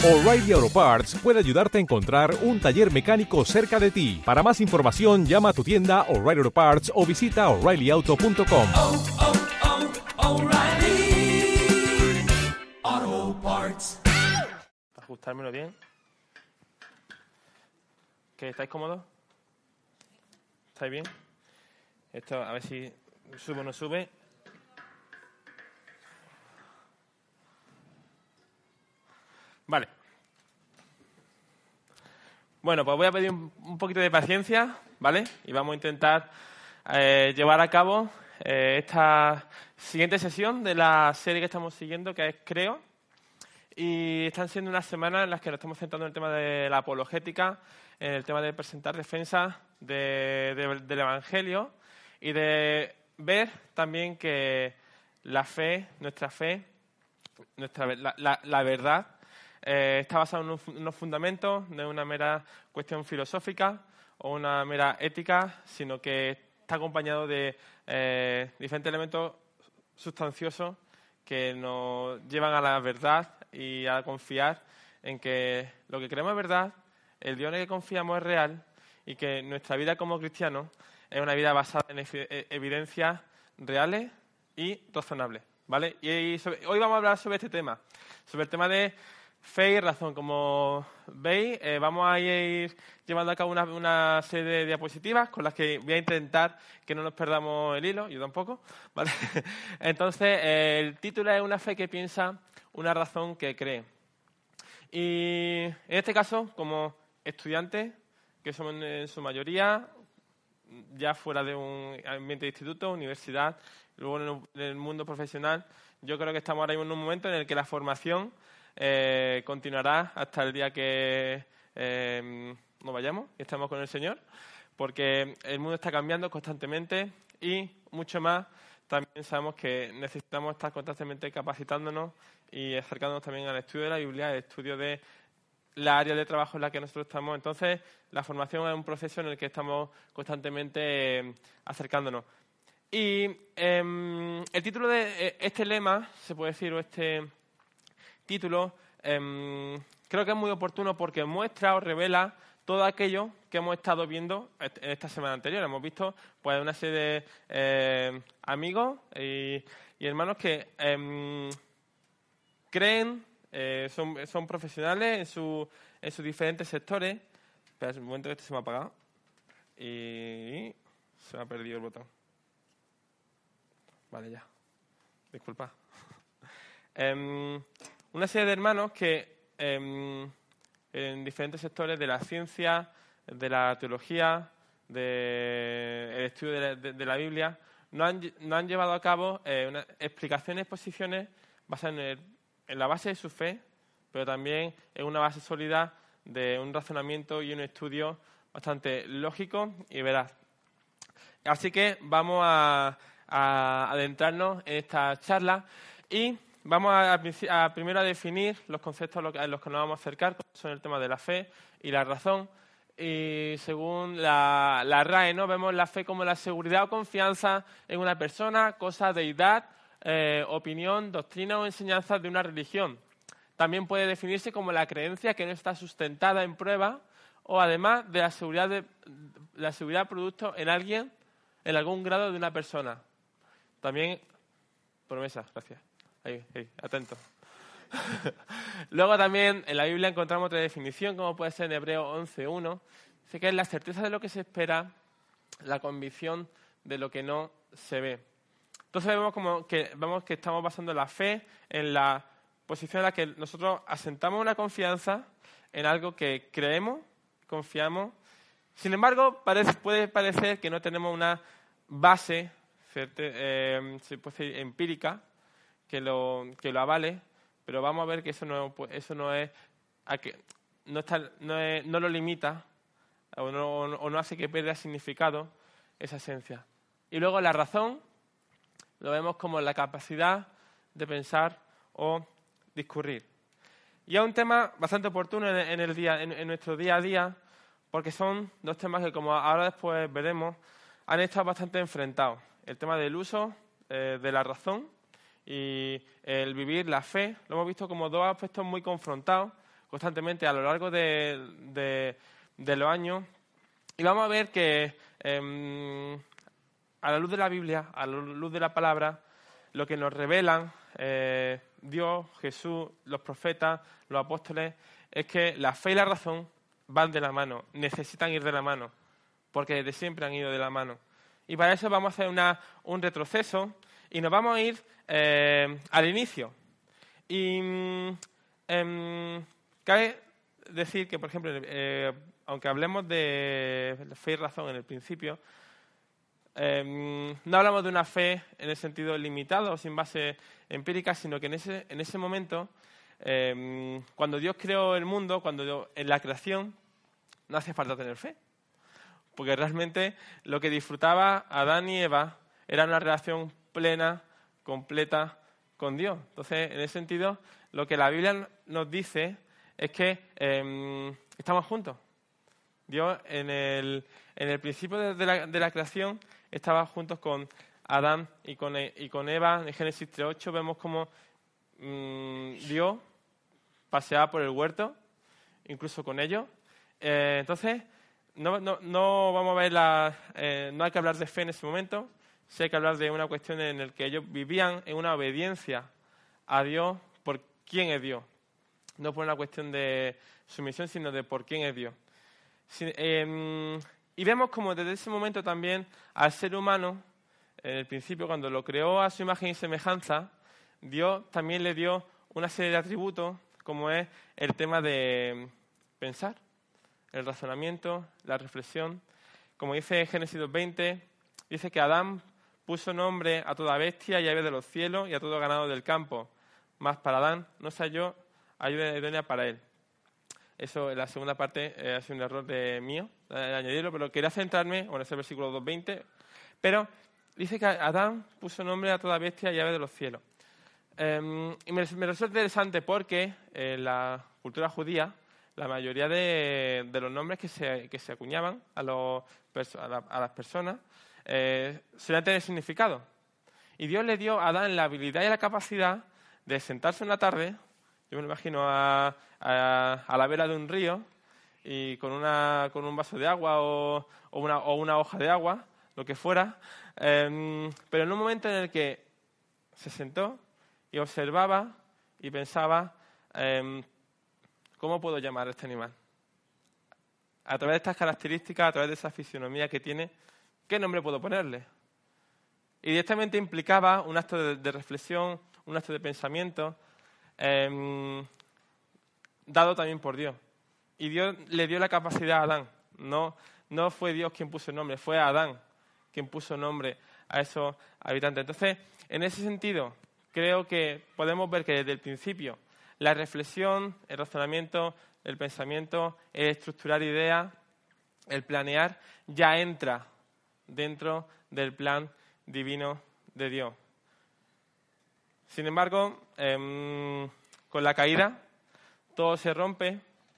O'Reilly Auto Parts puede ayudarte a encontrar un taller mecánico cerca de ti. Para más información, llama a tu tienda O'Reilly Auto Parts o visita O'ReillyAuto.com. O'Reilly Auto Parts. Ajustármelo bien. ¿Qué, estáis cómodos? ¿Estáis bien? Esto, a ver si sube o no sube. Vale. Bueno, pues voy a pedir un poquito de paciencia, ¿vale? Y vamos a intentar llevar a cabo esta siguiente sesión de la serie que estamos siguiendo, que es Creo. Y están siendo unas semanas en las que nos estamos centrando en el tema de la apologética, en el tema de presentar defensa del Evangelio y de ver también que la fe, la verdad, está basada en unos fundamentos, no es una mera cuestión filosófica o una mera ética, sino que está acompañado de diferentes elementos sustanciosos que nos llevan a la verdad y a confiar en que lo que creemos es verdad, el Dios en el que confiamos es real y que nuestra vida como cristianos es una vida basada en evidencias reales y razonables, ¿vale? Y hoy vamos a hablar sobre este tema, sobre el tema de fe y razón. Como veis, vamos a ir llevando a cabo una serie de diapositivas con las que voy a intentar que no nos perdamos el hilo, yo tampoco, ¿vale? Entonces, el título es Una fe que piensa, una razón que cree. Y en este caso, como estudiantes, que somos en su mayoría, ya fuera de un ambiente de instituto, universidad, luego en el mundo profesional, yo creo que estamos ahora mismo en un momento en el que la formación continuará hasta el día que nos vayamos y estemos con el Señor, porque el mundo está cambiando constantemente y mucho más. También sabemos que necesitamos estar constantemente capacitándonos y acercándonos también al estudio de la Biblia, al estudio de la área de trabajo en la que nosotros estamos. Entonces, la formación es un proceso en el que estamos constantemente acercándonos. Y el título de este lema, se puede decir, o este título, creo que es muy oportuno porque muestra o revela todo aquello que hemos estado viendo en esta semana anterior. Hemos visto pues una serie de amigos y hermanos que creen, son profesionales en sus diferentes sectores. Espera un momento que esto se me ha apagado y se me ha perdido el botón. Vale, ya. Disculpa. Una serie de hermanos que en diferentes sectores de la ciencia, de la teología, del estudio de la Biblia, no han llevado a cabo explicaciones, exposiciones basadas en la base de su fe, pero también en una base sólida de un razonamiento y un estudio bastante lógico y veraz. Así que vamos a adentrarnos en esta charla y vamos primero a definir los conceptos a los que nos vamos a acercar, que son el tema de la fe y la razón. Y según la RAE, ¿no? Vemos la fe como la seguridad o confianza en una persona, cosa, deidad, opinión, doctrina o enseñanza de una religión. También puede definirse como la creencia que no está sustentada en prueba o además de la seguridad producto en alguien, en algún grado de una persona. También, promesa, gracias. Ahí, atento. Luego también en la Biblia encontramos otra definición, como puede ser en Hebreos 11:1. Dice que es la certeza de lo que se espera, la convicción de lo que no se ve. Entonces vemos que estamos basando la fe en la posición en la que nosotros asentamos una confianza en algo que creemos, confiamos. Sin embargo, puede parecer que no tenemos una base se puede decir, empírica que lo avale, pero vamos a ver que eso no lo limita o no hace que pierda significado esa esencia. Y luego la razón lo vemos como la capacidad de pensar o discurrir. Y es un tema bastante oportuno en nuestro día a día, porque son dos temas que, como ahora después veremos, han estado bastante enfrentados. El tema del uso de la razón y el vivir la fe, lo hemos visto como dos aspectos muy confrontados, constantemente a lo largo de los años. Y vamos a ver que a la luz de la Biblia, a la luz de la palabra, lo que nos revelan Dios, Jesús, los profetas, los apóstoles, es que la fe y la razón van de la mano, necesitan ir de la mano, porque desde siempre han ido de la mano. Y para eso vamos a hacer un retroceso y nos vamos a ir al inicio. Y cabe decir que, por ejemplo, aunque hablemos de fe y razón en el principio, no hablamos de una fe en el sentido limitado o sin base empírica, sino que en ese momento, cuando Dios creó el mundo, en la creación, no hace falta tener fe. Porque realmente lo que disfrutaba Adán y Eva era una relación plena, completa con Dios. Entonces, en ese sentido, lo que la Biblia nos dice es que estamos juntos. Dios, en el principio de la creación, estaba juntos con Adán y con Eva. En Génesis 3:8 vemos cómo Dios paseaba por el huerto, incluso con ellos. Entonces, no vamos a ver no hay que hablar de fe en ese momento, sí hay que hablar de una cuestión en la que ellos vivían en una obediencia a Dios por quién es Dios. No por una cuestión de sumisión, sino de por quién es Dios. Y vemos como desde ese momento también al ser humano, en el principio, cuando lo creó a su imagen y semejanza, Dios también le dio una serie de atributos, como es el tema de pensar, el razonamiento, la reflexión. Como dice Génesis 2:20, dice que Adán puso nombre a toda bestia y ave de los cielos y a todo ganado del campo. Mas para Adán no se halló ayuda idónea para él. Eso en la segunda parte ha sido un error mío, añadirlo, pero quería centrarme en ese versículo 2:20. Pero dice que Adán puso nombre a toda bestia y ave de los cielos. Y me resulta interesante porque en la cultura judía, la mayoría de los nombres que se acuñaban a las personas solían tener significado. Y Dios le dio a Adán la habilidad y la capacidad de sentarse una tarde, yo me lo imagino a la vera de un río, y con un vaso de agua o una hoja de agua, lo que fuera, pero en un momento en el que se sentó y observaba y pensaba, ¿cómo puedo llamar a este animal? A través de estas características, a través de esa fisionomía que tiene, ¿qué nombre puedo ponerle? Y directamente implicaba un acto de reflexión, un acto de pensamiento, dado también por Dios. Y Dios le dio la capacidad a Adán. No fue Dios quien puso el nombre, fue Adán quien puso nombre a esos habitantes. Entonces, en ese sentido, creo que podemos ver que desde el principio la reflexión, el razonamiento, el pensamiento, el estructurar ideas, el planear, ya entra dentro del plan divino de Dios. Sin embargo, con la caída, todo se rompe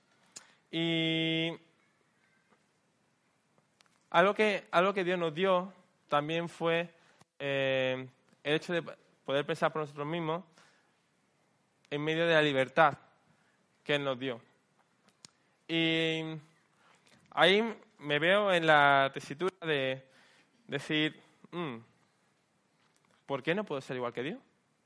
y algo que Dios nos dio también fue el hecho de poder pensar por nosotros mismos en medio de la libertad que Él nos dio. Y ahí me veo en la tesitura de decir, ¿por qué no puedo ser igual que Dios?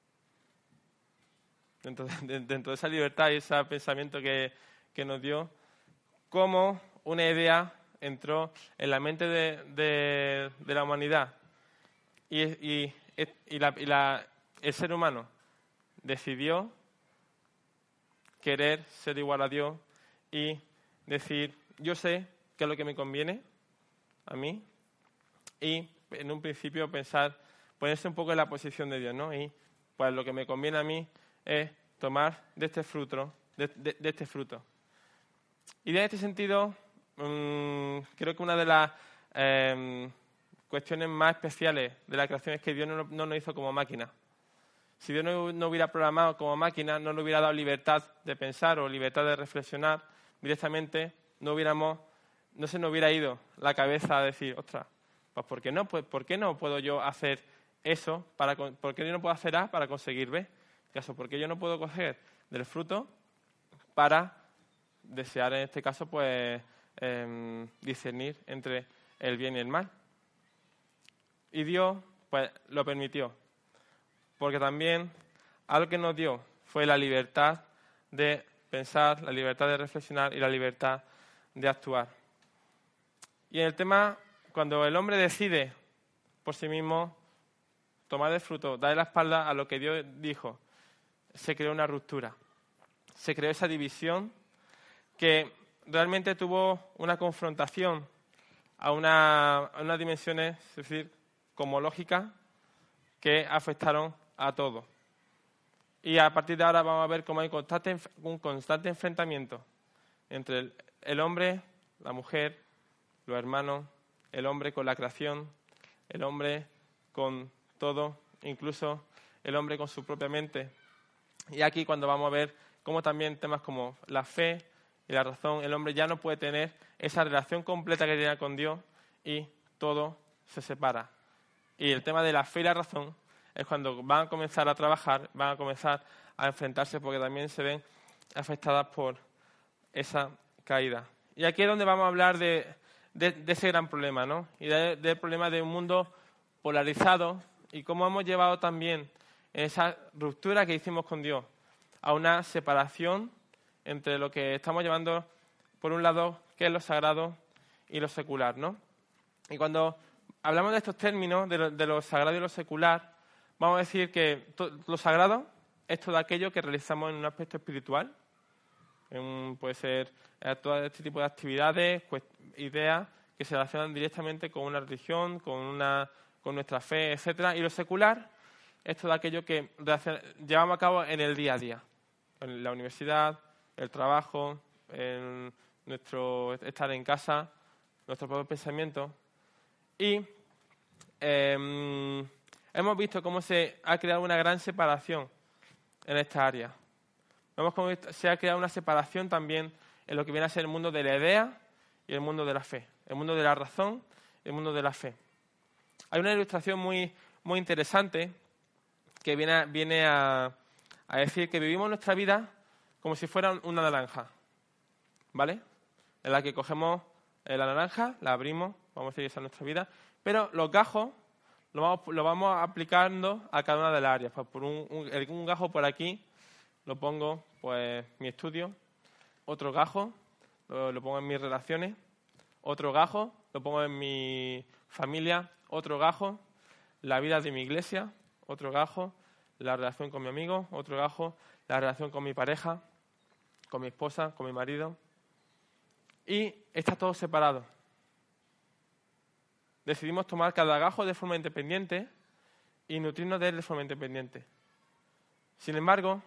Dentro de esa libertad y ese pensamiento que nos dio, cómo una idea entró en la mente de la humanidad y el ser humano decidió querer ser igual a Dios y decir, yo sé qué es lo que me conviene a mí, y en un principio ponerse un poco en la posición de Dios, ¿no? Y pues lo que me conviene a mí es tomar de este fruto, de este fruto. Y en este sentido, creo que una de las cuestiones más especiales de la creación es que Dios no nos hizo como máquina. Si Dios no hubiera programado como máquina, no le hubiera dado libertad de pensar o libertad de reflexionar directamente, no se nos hubiera ido la cabeza a decir, ostras, pues ¿por qué no? Pues ¿por qué no puedo yo hacer eso? ¿Por qué yo no puedo hacer A para conseguir B? ¿Por qué yo no puedo coger del fruto para desear en este caso, pues, discernir entre el bien y el mal. Y Dios, pues, lo permitió. Porque también algo que nos dio fue la libertad de pensar, la libertad de reflexionar y la libertad de actuar. Y en el tema, cuando el hombre decide por sí mismo tomar el fruto, dar la espalda a lo que Dios dijo, se creó una ruptura. Se creó esa división que realmente tuvo una confrontación a unas dimensiones, es decir, cosmológicas, que afectaron a todos. Y a partir de ahora vamos a ver cómo hay un constante enfrentamiento entre el hombre, la mujer, los hermanos, el hombre con la creación, el hombre con todo, incluso el hombre con su propia mente. Y aquí cuando vamos a ver cómo también temas como la fe y la razón, el hombre ya no puede tener esa relación completa que tenía con Dios y todo se separa. Y el tema de la fe y la razón es cuando van a comenzar a trabajar, van a comenzar a enfrentarse porque también se ven afectadas por esa caída. Y aquí es donde vamos a hablar de ese gran problema, ¿no? Y del problema de un mundo polarizado y cómo hemos llevado también esa ruptura que hicimos con Dios a una separación entre lo que estamos llevando, por un lado, que es lo sagrado y lo secular, ¿no? Y cuando hablamos de estos términos, de lo sagrado y lo secular, vamos a decir que lo sagrado es todo aquello que realizamos en un aspecto espiritual. Puede ser todo este tipo de actividades, ideas que se relacionan directamente con una religión, con nuestra fe, etcétera. Y lo secular es todo aquello que llevamos a cabo en el día a día, en la universidad, el trabajo, en nuestro estar en casa, nuestros propios pensamientos. Y hemos visto cómo se ha creado una gran separación en esta área. Vemos cómo se ha creado una separación también en lo que viene a ser el mundo de la idea y el mundo de la fe, el mundo de la razón y el mundo de la fe. Hay una ilustración muy, muy interesante que viene a decir que vivimos nuestra vida como si fuera una naranja, ¿vale? En la que cogemos la naranja, la abrimos, vamos a decir esa es nuestra vida, pero los gajos lo vamos aplicando a cada una de las áreas. Pues por un gajo por aquí lo pongo, pues, mi estudio, otro gajo lo pongo en mis relaciones, otro gajo lo pongo en mi familia, otro gajo la vida de mi iglesia, otro gajo la relación con mi amigo, otro gajo la relación con mi pareja, con mi esposa, con mi marido. Y está todo separado. Decidimos tomar cada gajo de forma independiente y nutrirnos de él de forma independiente. Sin embargo,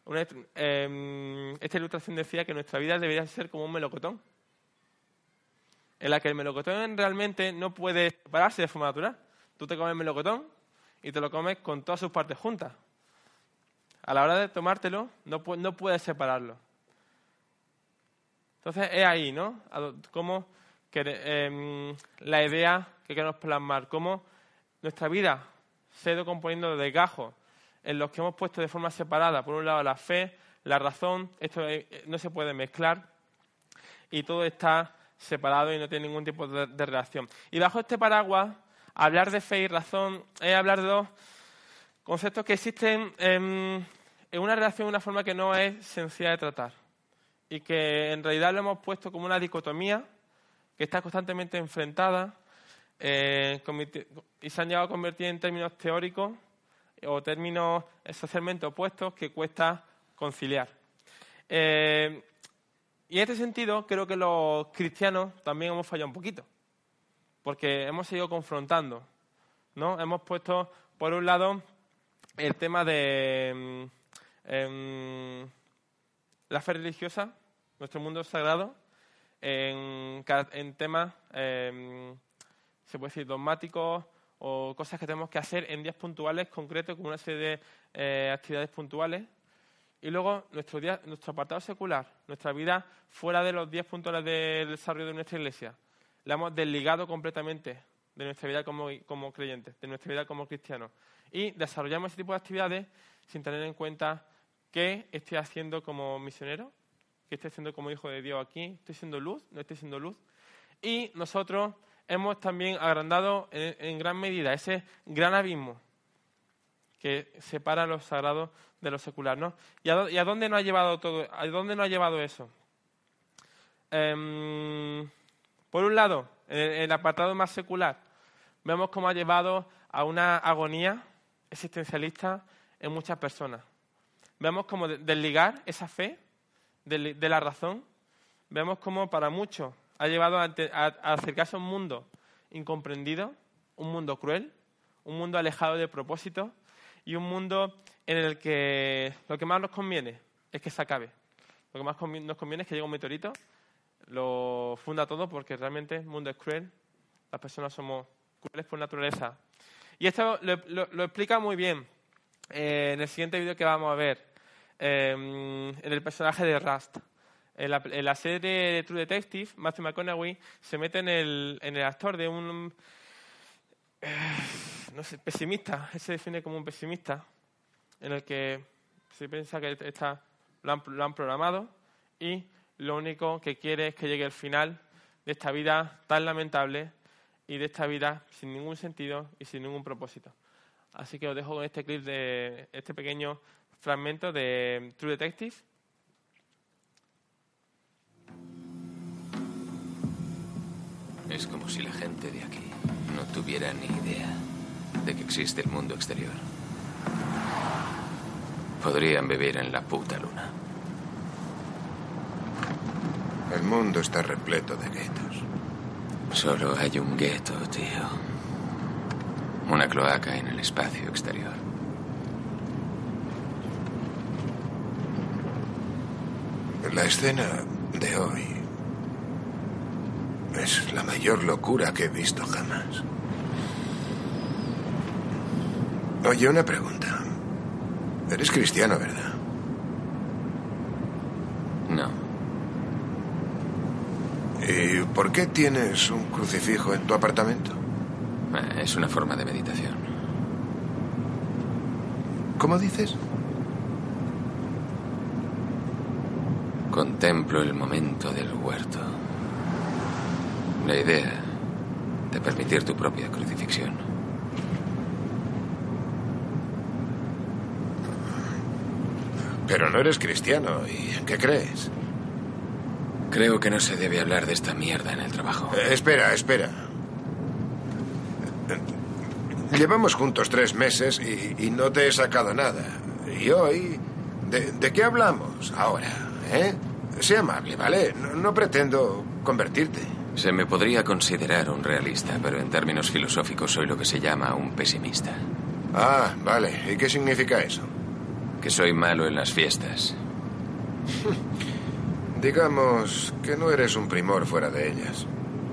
esta ilustración decía que nuestra vida debería ser como un melocotón, en la que el melocotón realmente no puede separarse de forma natural. Tú te comes el melocotón y te lo comes con todas sus partes juntas. A la hora de tomártelo, no puedes separarlo. Entonces, es ahí, ¿no? Cómo la idea que queremos plasmar, cómo nuestra vida se ha ido componiendo de gajos en los que hemos puesto de forma separada, por un lado, la fe, la razón, esto no se puede mezclar y todo está separado y no tiene ningún tipo de relación. Y bajo este paraguas, hablar de fe y razón es hablar de dos conceptos que existen en una relación de una forma que no es sencilla de tratar y que en realidad lo hemos puesto como una dicotomía que está constantemente enfrentada y se han llegado a convertir en términos teóricos o términos socialmente opuestos que cuesta conciliar. Y en este sentido creo que los cristianos también hemos fallado un poquito, porque hemos seguido confrontando, ¿no? Hemos puesto, por un lado, el tema de la fe religiosa, nuestro mundo sagrado, en temas, se puede decir, dogmáticos o cosas que tenemos que hacer en días puntuales concretos con una serie de actividades puntuales. Y luego nuestro apartado secular, nuestra vida fuera de los 10 puntuales del desarrollo de nuestra iglesia, la hemos desligado completamente de nuestra vida como creyentes, de nuestra vida como cristianos. Y desarrollamos ese tipo de actividades sin tener en cuenta qué estoy haciendo como misionero, que estoy siendo como hijo de Dios aquí, estoy siendo luz, no estoy siendo luz. Y nosotros hemos también agrandado en gran medida ese gran abismo que separa lo sagrado de lo secular, ¿no? ¿Y a dónde nos ha llevado todo? ¿A dónde nos ha llevado eso? Por un lado, en el apartado más secular, vemos cómo ha llevado a una agonía existencialista en muchas personas. Vemos cómo desligar esa fe de la razón, vemos cómo para muchos ha llevado a acercarse a un mundo incomprendido, un mundo cruel, un mundo alejado de propósito y un mundo en el que lo que más nos conviene es que se acabe. Lo que más nos conviene es que llegue un meteorito, lo funda todo, porque realmente el mundo es cruel, las personas somos crueles por naturaleza. Y esto lo explica muy bien en el siguiente vídeo que vamos a ver, en el personaje de Rust. En la serie de True Detective, Matthew McConaughey se mete en el actor de un no sé, pesimista. Él se define como un pesimista, en el que se piensa que lo han programado y lo único que quiere es que llegue el final de esta vida tan lamentable y de esta vida sin ningún sentido y sin ningún propósito. Así que os dejo con este clip de este pequeño fragmento de True Detective. Es como si la gente de aquí no tuviera ni idea de que existe el mundo exterior. Podrían vivir en la puta luna. El mundo está repleto de guetos. Solo hay un gueto, tío. Una cloaca en el espacio exterior. La escena de hoy es la mayor locura que he visto jamás. Oye, una pregunta. Eres cristiano, ¿verdad? No. ¿Y por qué tienes un crucifijo en tu apartamento? Es una forma de meditación. ¿Cómo dices? Contemplo el momento del huerto. La idea de permitir tu propia crucifixión. Pero no eres cristiano. ¿Y en qué crees? Creo que no se debe hablar de esta mierda en el trabajo. Espera. Llevamos juntos 3 meses y no te he sacado nada. Y hoy... ¿De qué hablamos ahora? Sé amable, ¿vale? No pretendo convertirte. Se me podría considerar un realista, pero en términos filosóficos soy lo que se llama un pesimista. Ah, vale. ¿Y qué significa eso? Que soy malo en las fiestas. Digamos que no eres un primor fuera de ellas.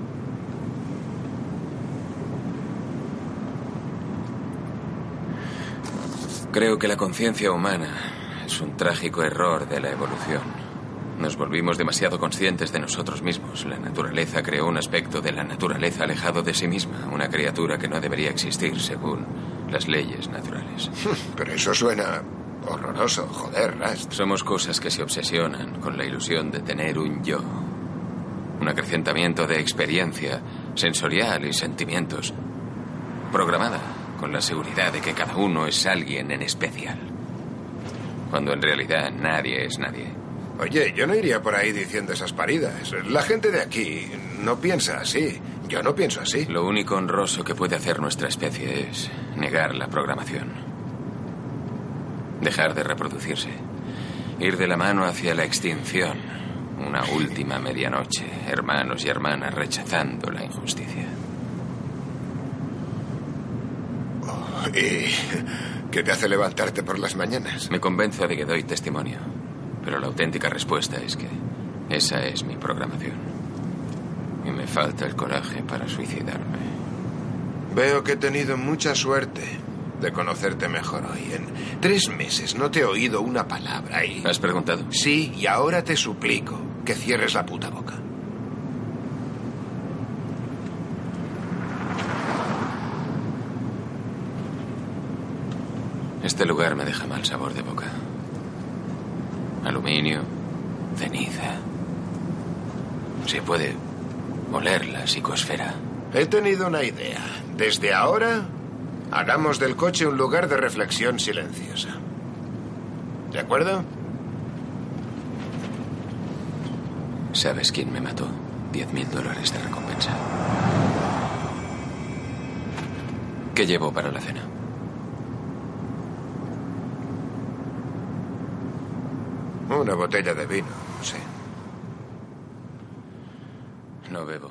Creo que la conciencia humana es un trágico error de la evolución. Nos volvimos demasiado conscientes de nosotros mismos. La naturaleza creó un aspecto de la naturaleza alejado de sí misma, una criatura que no debería existir según las leyes naturales. Pero eso suena horroroso, joder, Rust. Somos cosas que se obsesionan con la ilusión de tener un yo. Un acrecentamiento de experiencia sensorial y sentimientos. Programada con la seguridad de que cada uno es alguien en especial. Cuando en realidad nadie es nadie. Oye, yo no iría por ahí diciendo esas paridas. La gente de aquí no piensa así. Yo no pienso así. Lo único honroso que puede hacer nuestra especie es negar la programación. Dejar de reproducirse. Ir de la mano hacia la extinción. Una última medianoche. Hermanos y hermanas rechazando la injusticia. ¿Y qué te hace levantarte por las mañanas? Me convenzo de que doy testimonio. Pero la auténtica respuesta es que esa es mi programación. Y me falta el coraje para suicidarme. Veo que he tenido mucha suerte de conocerte mejor hoy. En 3 meses no te he oído una palabra y... ¿Has preguntado? Sí, y ahora te suplico que cierres la puta boca. Este lugar me deja mal sabor de boca. Aluminio, Ceniza. Se puede oler la psicosfera. He tenido una idea. Desde ahora, hagamos del coche un lugar de reflexión silenciosa. ¿De acuerdo? ¿Sabes quién me mató? $10,000 de recompensa. ¿Qué llevo para la cena? Una botella de vino, sí. No bebo.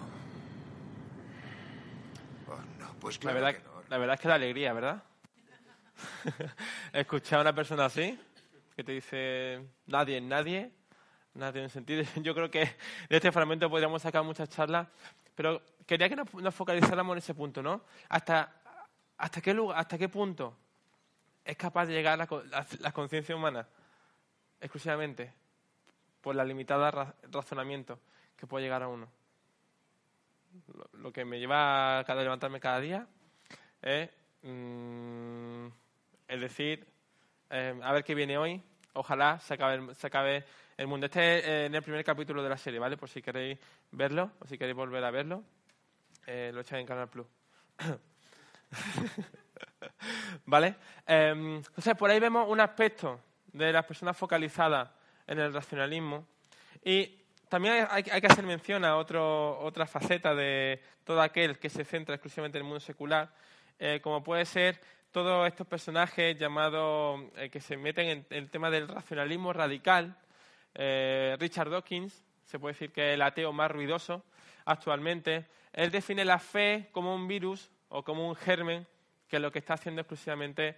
Oh, no, pues La claro verdad, que no. la verdad es que da alegría, ¿verdad? Escuchar a una persona así, que te dice nadie es nadie, nada tiene sentido. Yo creo que de este fragmento podríamos sacar muchas charlas, pero quería que nos focalizáramos en ese punto, ¿no? ¿Hasta qué lugar, hasta qué punto es capaz de llegar la conciencia humana exclusivamente por la limitada razonamiento que puede llegar a uno? Lo que me lleva a levantarme cada día es decir, a ver qué viene hoy. Ojalá se acabe el mundo. Este es en el primer capítulo de la serie, ¿vale? Por si queréis verlo o si queréis volver a verlo, lo echáis en Canal Plus. ¿Vale? Entonces, por ahí vemos un aspecto de las personas focalizadas en el racionalismo y también hay que hacer mención a otra faceta de todo aquel que se centra exclusivamente en el mundo secular, como puede ser todos estos personajes llamados que se meten en el tema del racionalismo radical. Richard Dawkins, se puede decir que es el ateo más ruidoso actualmente. Él define la fe como un virus o como un germen que lo que está haciendo exclusivamente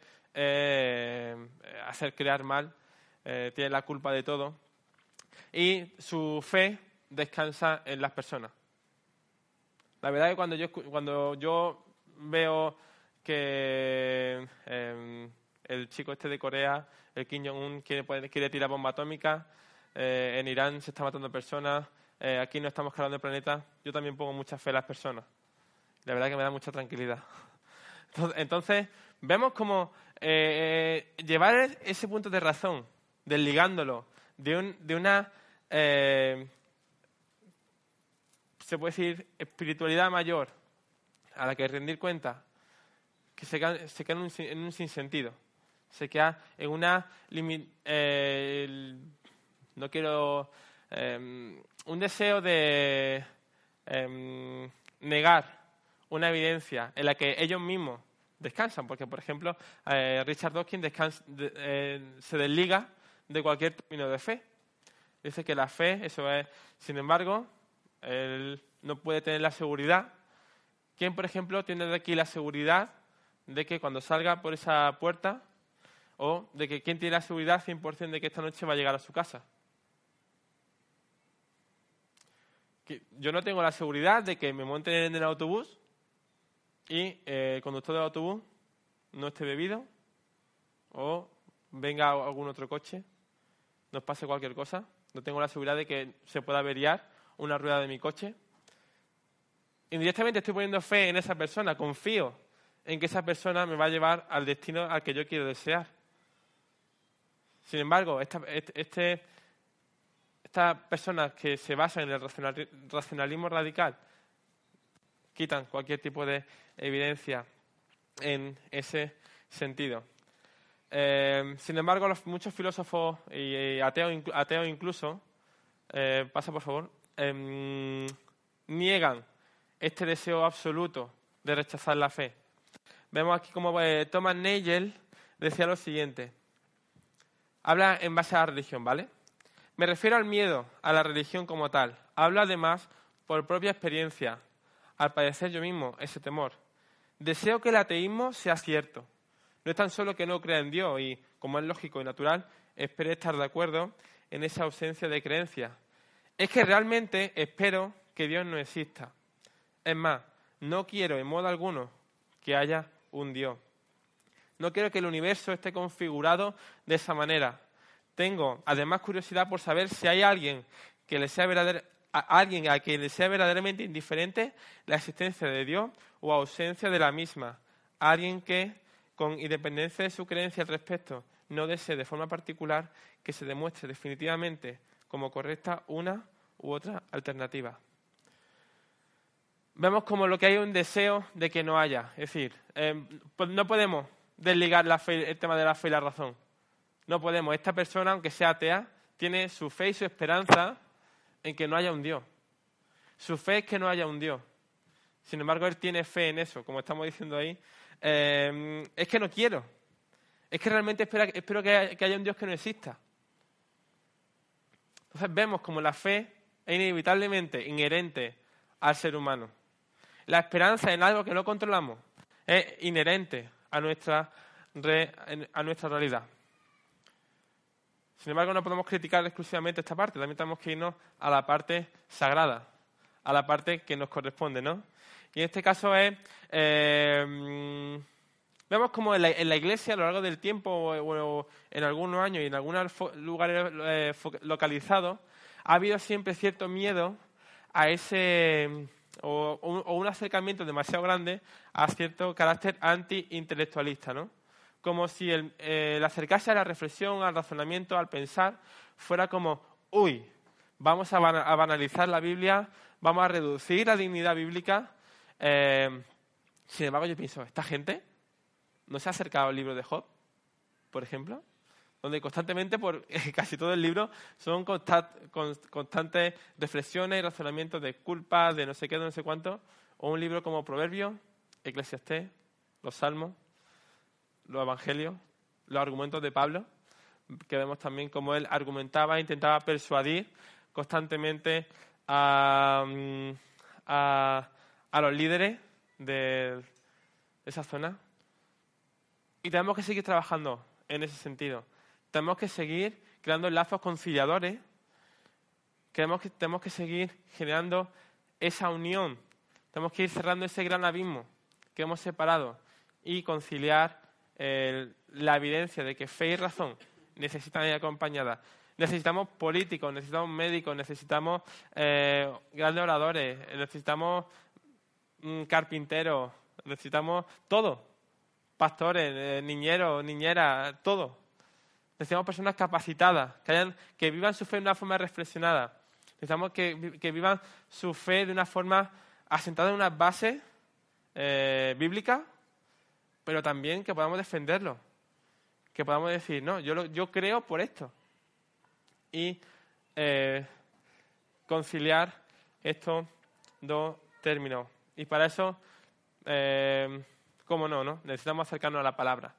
hacer crear mal, tiene la culpa de todo. Y su fe descansa en las personas. La verdad es que cuando yo veo que el chico este de Corea, el Kim Jong-un, quiere tirar bomba atómica, en Irán se está matando personas, aquí no estamos calando el planeta, yo también pongo mucha fe en las personas. La verdad es que me da mucha tranquilidad. Entonces vemos como llevar ese punto de razón, desligándolo de una, se puede decir, espiritualidad mayor a la que rendir cuenta, que se queda en un sinsentido. Se queda en una... no quiero... un deseo de negar una evidencia en la que ellos mismos descansan, porque, por ejemplo, Richard Dawkins se desliga de cualquier término de fe. Dice que la fe, eso es... Sin embargo, él no puede tener la seguridad. ¿Quién, por ejemplo, tiene de aquí la seguridad de que cuando salga por esa puerta, o de que quién tiene la seguridad 100% de que esta noche va a llegar a su casa? Yo no tengo la seguridad de que me monten en el autobús y el conductor del autobús no esté bebido o venga algún otro coche, nos pase cualquier cosa. No tengo la seguridad de que se pueda averiar una rueda de mi coche. Indirectamente estoy poniendo fe en esa persona, confío en que esa persona me va a llevar al destino al que yo quiero desear. Sin embargo, estas personas que se basan en el racionalismo radical quitan cualquier tipo de evidencia en ese sentido. Sin embargo, muchos filósofos y ateos incluso, pasa por favor, niegan este deseo absoluto de rechazar la fe. Vemos aquí como Thomas Nagel decía lo siguiente. Habla en base a la religión, ¿vale? Me refiero al miedo a la religión como tal. Hablo además por propia experiencia, al padecer yo mismo ese temor. Deseo que el ateísmo sea cierto. No es tan solo que no crea en Dios y, como es lógico y natural, espere estar de acuerdo en esa ausencia de creencia. Es que realmente espero que Dios no exista. Es más, no quiero en modo alguno que haya un Dios. No quiero que el universo esté configurado de esa manera. Tengo, además, curiosidad por saber si hay alguien que le sea a quien le sea verdaderamente indiferente la existencia de Dios o ausencia de la misma. Alguien que, con independencia de su creencia al respecto, no desee de forma particular que se demuestre definitivamente como correcta una u otra alternativa. Vemos como lo que hay un deseo de que no haya. Es decir, pues no podemos desligar el tema de la fe y la razón. No podemos. Esta persona, aunque sea atea, tiene su fe y su esperanza en que no haya un Dios. Su fe es que no haya un Dios. Sin embargo, él tiene fe en eso, como estamos diciendo ahí. Es que no quiero. Es que realmente espero que haya un Dios que no exista. Entonces vemos como la fe es inevitablemente inherente al ser humano. La esperanza en algo que no controlamos es inherente a nuestra realidad. Sin embargo, no podemos criticar exclusivamente esta parte. También tenemos que irnos a la parte sagrada, a la parte que nos corresponde, ¿no? Y en este caso vemos como en la Iglesia a lo largo del tiempo o en algunos años y en algunos lugares localizados ha habido siempre cierto miedo a ese o un acercamiento demasiado grande a cierto carácter anti-intelectualista, ¿no? Como si el acercarse a la reflexión, al razonamiento, al pensar, fuera como, uy, vamos a banalizar la Biblia, vamos a reducir la dignidad bíblica. Sin embargo, yo pienso, ¿esta gente no se ha acercado al libro de Job, por ejemplo? Donde constantemente, por casi todo el libro, son constantes reflexiones y razonamientos de culpa, de no sé qué, de no sé cuánto. O un libro como Proverbios, Eclesiastés, los Salmos, los Evangelios, los argumentos de Pablo, que vemos también cómo él argumentaba e intentaba persuadir constantemente a los líderes de esa zona. Y tenemos que seguir trabajando en ese sentido. Tenemos que seguir creando lazos conciliadores. Tenemos que seguir generando esa unión. Tenemos que ir cerrando ese gran abismo que hemos separado y conciliar la evidencia de que fe y razón necesitan ir acompañadas. Necesitamos políticos, necesitamos médicos, necesitamos grandes oradores, necesitamos carpinteros, necesitamos todo. Pastores, niñeros, niñeras, todo. Necesitamos personas capacitadas, que vivan su fe de una forma reflexionada. Necesitamos que vivan su fe de una forma asentada en unas bases bíblicas, pero también que podamos defenderlo. Que podamos decir, no, yo creo por esto. Y conciliar estos dos términos. Y para eso, cómo no, necesitamos acercarnos a la palabra.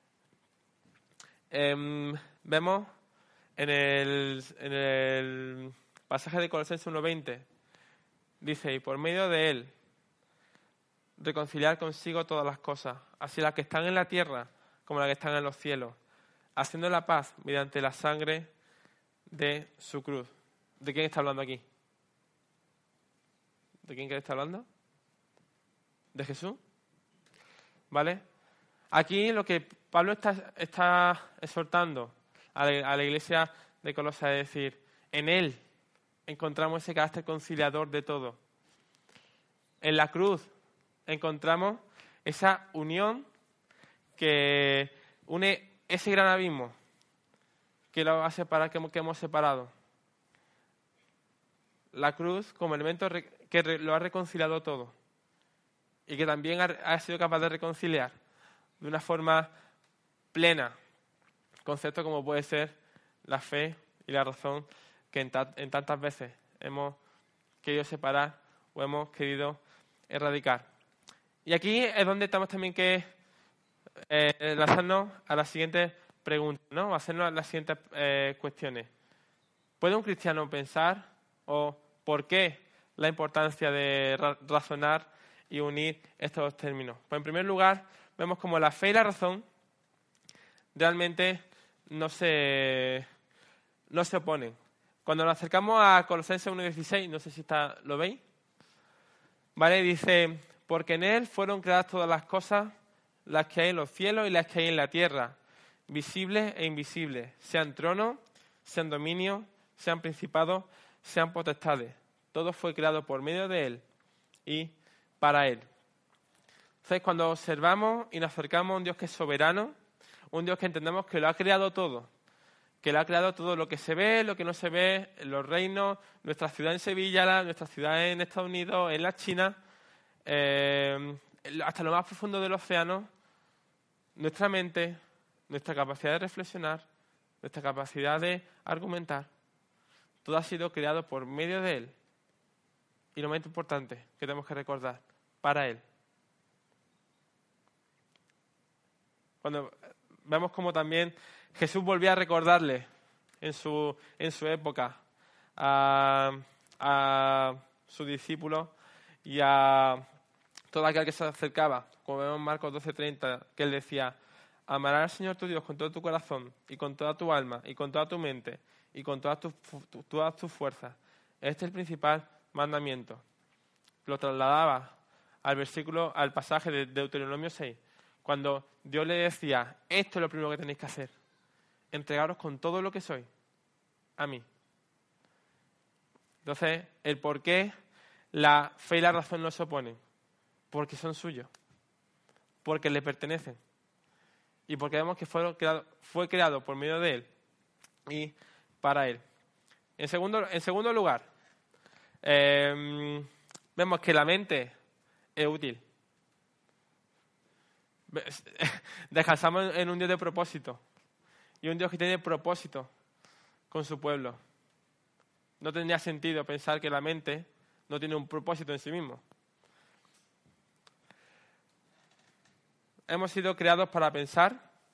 Vemos en el pasaje de Colosenses 1:20, dice, y por medio de él, reconciliar consigo todas las cosas, así las que están en la tierra como las que están en los cielos, haciendo la paz mediante la sangre de su cruz. ¿De quién está hablando aquí? ¿De quién está hablando? ¿De Jesús? ¿Vale? Aquí lo que Pablo está exhortando a la iglesia de Colosas es decir, en él encontramos ese carácter conciliador de todo. En la cruz encontramos esa unión que une ese gran abismo que lo va a separar, que hemos separado. La cruz como elemento que lo ha reconciliado todo y que también ha sido capaz de reconciliar de una forma plena conceptos como puede ser la fe y la razón que en tantas veces hemos querido separar o hemos querido erradicar. Y aquí es donde estamos también que lanzarnos a las siguientes preguntas, ¿no? Hacernos las siguientes cuestiones. ¿Puede un cristiano pensar o por qué la importancia de razonar y unir estos dos términos? Pues en primer lugar, vemos como la fe y la razón realmente no se oponen. Cuando nos acercamos a Colosenses 1:16, no sé si lo veis, ¿vale? Dice, porque en él fueron creadas todas las cosas, las que hay en los cielos y las que hay en la tierra, visibles e invisibles, sean tronos, sean dominios, sean principados, sean potestades. Todo fue creado por medio de él y para él. Entonces, cuando observamos y nos acercamos a un Dios que es soberano, un Dios que entendemos que lo ha creado todo, que Él ha creado todo lo que se ve, lo que no se ve, los reinos, nuestra ciudad en Sevilla, nuestra ciudad en Estados Unidos, en la China, hasta lo más profundo del océano, nuestra mente, nuestra capacidad de reflexionar, nuestra capacidad de argumentar, todo ha sido creado por medio de Él. Y lo más importante que tenemos que recordar, para Él. Cuando vemos como también Jesús volvía a recordarle en su época a sus discípulos y a todo aquel que se acercaba, como vemos en Marcos 12:30, que Él decía: amarás al Señor tu Dios con todo tu corazón y con toda tu alma y con toda tu mente y con todas tus fuerzas. Este es el principal mandamiento. Lo trasladaba al pasaje de Deuteronomio 6, cuando Dios le decía: esto es lo primero que tenéis que hacer, entregaros con todo lo que sois a mí. Entonces, el por qué la fe y la razón no se oponen, porque son suyos, porque le pertenecen y porque vemos que fue creado por medio de Él y para Él. En segundo lugar, vemos que la mente es útil. Descansamos en un Dios de propósito y un Dios que tiene propósito con su pueblo. No tendría sentido pensar que la mente no tiene un propósito en sí mismo. Hemos sido creados para pensar.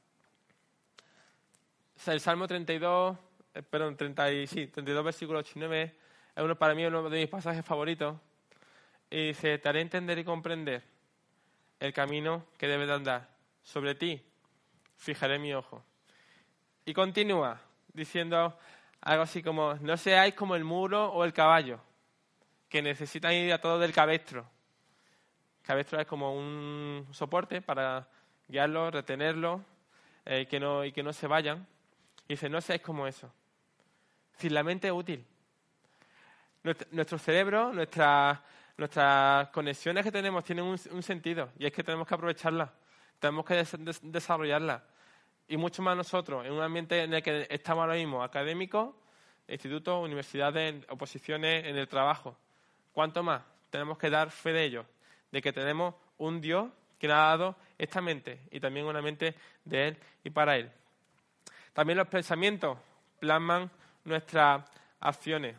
El Salmo 32, versículo 8 y 9, es para mí uno de mis pasajes favoritos. Y dice: te haré entender y comprender el camino que debes de andar. Sobre ti fijaré mi ojo. Y continúa diciendo algo así como: no seáis como el muro o el caballo, que necesitan ir a todo del cabestro. El cabestro es como un soporte para guiarlo, retenerlo, y que no se vayan. Y dice: no seáis como eso. Es decir, la mente es útil. Nuestro cerebro, nuestras conexiones que tenemos tienen un sentido, y es que tenemos que aprovecharlas, tenemos que desarrollarlas. Y mucho más nosotros, en un ambiente en el que estamos ahora mismo, académicos, institutos, universidades, oposiciones, en el trabajo. ¿Cuánto más tenemos que dar fe de ello? De que tenemos un Dios que nos ha dado esta mente, y también una mente de Él y para Él. También los pensamientos plasman nuestras acciones.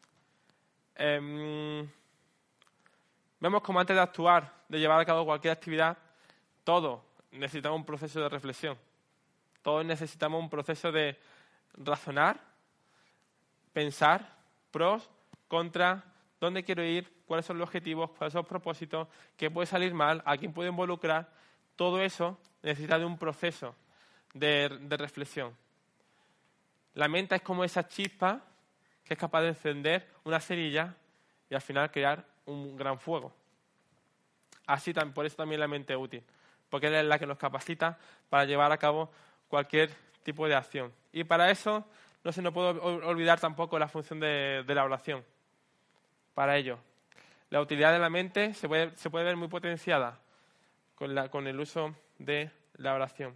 Vemos como antes de actuar, de llevar a cabo cualquier actividad, todos necesitamos un proceso de reflexión. Todos necesitamos un proceso de razonar, pensar, pros, contras, dónde quiero ir, cuáles son los objetivos, cuáles son los propósitos, qué puede salir mal, a quién puede involucrar. Todo eso necesita de un proceso de reflexión. La mente es como esa chispa que es capaz de encender una cerilla y al final crear un gran fuego. Por eso también la mente es útil, porque es la que nos capacita para llevar a cabo cualquier tipo de acción. Y para eso no se nos puede olvidar tampoco la función de la oración. Para ello, la utilidad de la mente se puede ver muy potenciada con el uso de la oración.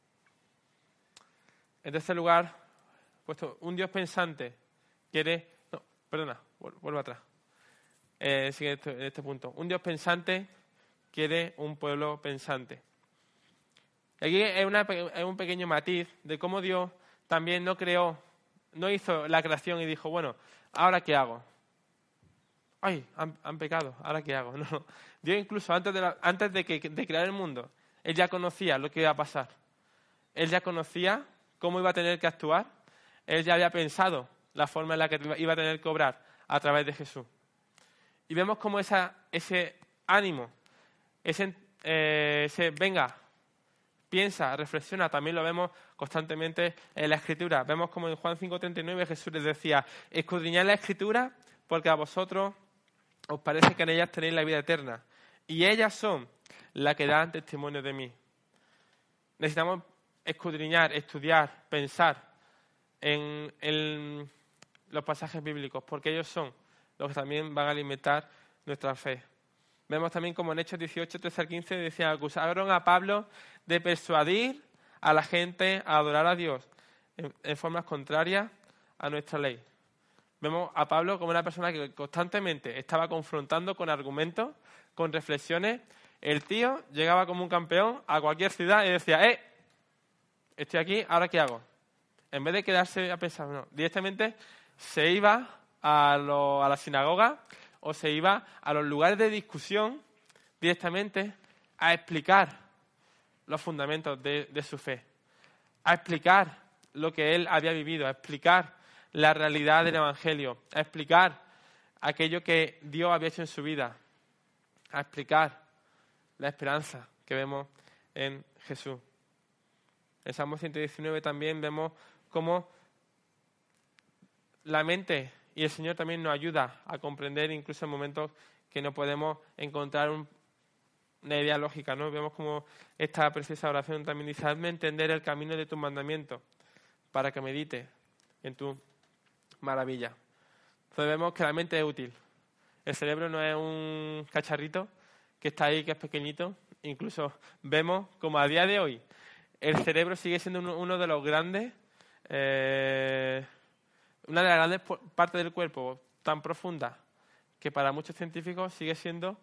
En tercer lugar, puesto un Dios pensante quiere... No, perdona, vuelvo atrás. Sigue en este punto. Un Dios pensante quiere un pueblo pensante. Aquí es un pequeño matiz de cómo Dios también no hizo la creación y dijo: bueno, ¿ahora qué hago? ¡Ay, han pecado! ¿Ahora qué hago? No. Dios incluso antes de crear el mundo, Él ya conocía lo que iba a pasar. Él ya conocía cómo iba a tener que actuar. Él ya había pensado la forma en la que iba a tener que obrar a través de Jesús. Y vemos cómo ese ánimo, ese venga, piensa, reflexiona, también lo vemos constantemente en la Escritura. Vemos como en Juan 5:39 Jesús les decía: escudriñad la Escritura porque a vosotros os parece que en ellas tenéis la vida eterna, y ellas son las que dan testimonio de mí. Necesitamos escudriñar, estudiar, pensar en los pasajes bíblicos, porque ellos son los que también van a alimentar nuestra fe. Vemos también como en Hechos 18, 13 al 15 decían: acusaron a Pablo de persuadir a la gente a adorar a Dios en formas contrarias a nuestra ley. Vemos a Pablo como una persona que constantemente estaba confrontando con argumentos, con reflexiones. El tío llegaba como un campeón a cualquier ciudad y decía, estoy aquí, ¿ahora qué hago? En vez de quedarse a pensar, no, directamente se iba a la sinagoga o se iba a los lugares de discusión directamente a explicar los fundamentos de su fe, a explicar lo que él había vivido, a explicar la realidad del Evangelio, a explicar aquello que Dios había hecho en su vida, a explicar la esperanza que vemos en Jesús. En Salmo 119 también vemos cómo la mente y el Señor también nos ayuda a comprender incluso en momentos que no podemos encontrar una idea lógica, ¿no? Vemos como esta preciosa oración también dice, hazme entender el camino de tus mandamientos para que medite en tu maravilla. Entonces vemos que la mente es útil. El cerebro no es un cacharrito que está ahí, que es pequeñito. Incluso vemos como a día de hoy el cerebro sigue siendo uno de los grandes, una de las grandes partes del cuerpo tan profunda que para muchos científicos sigue siendo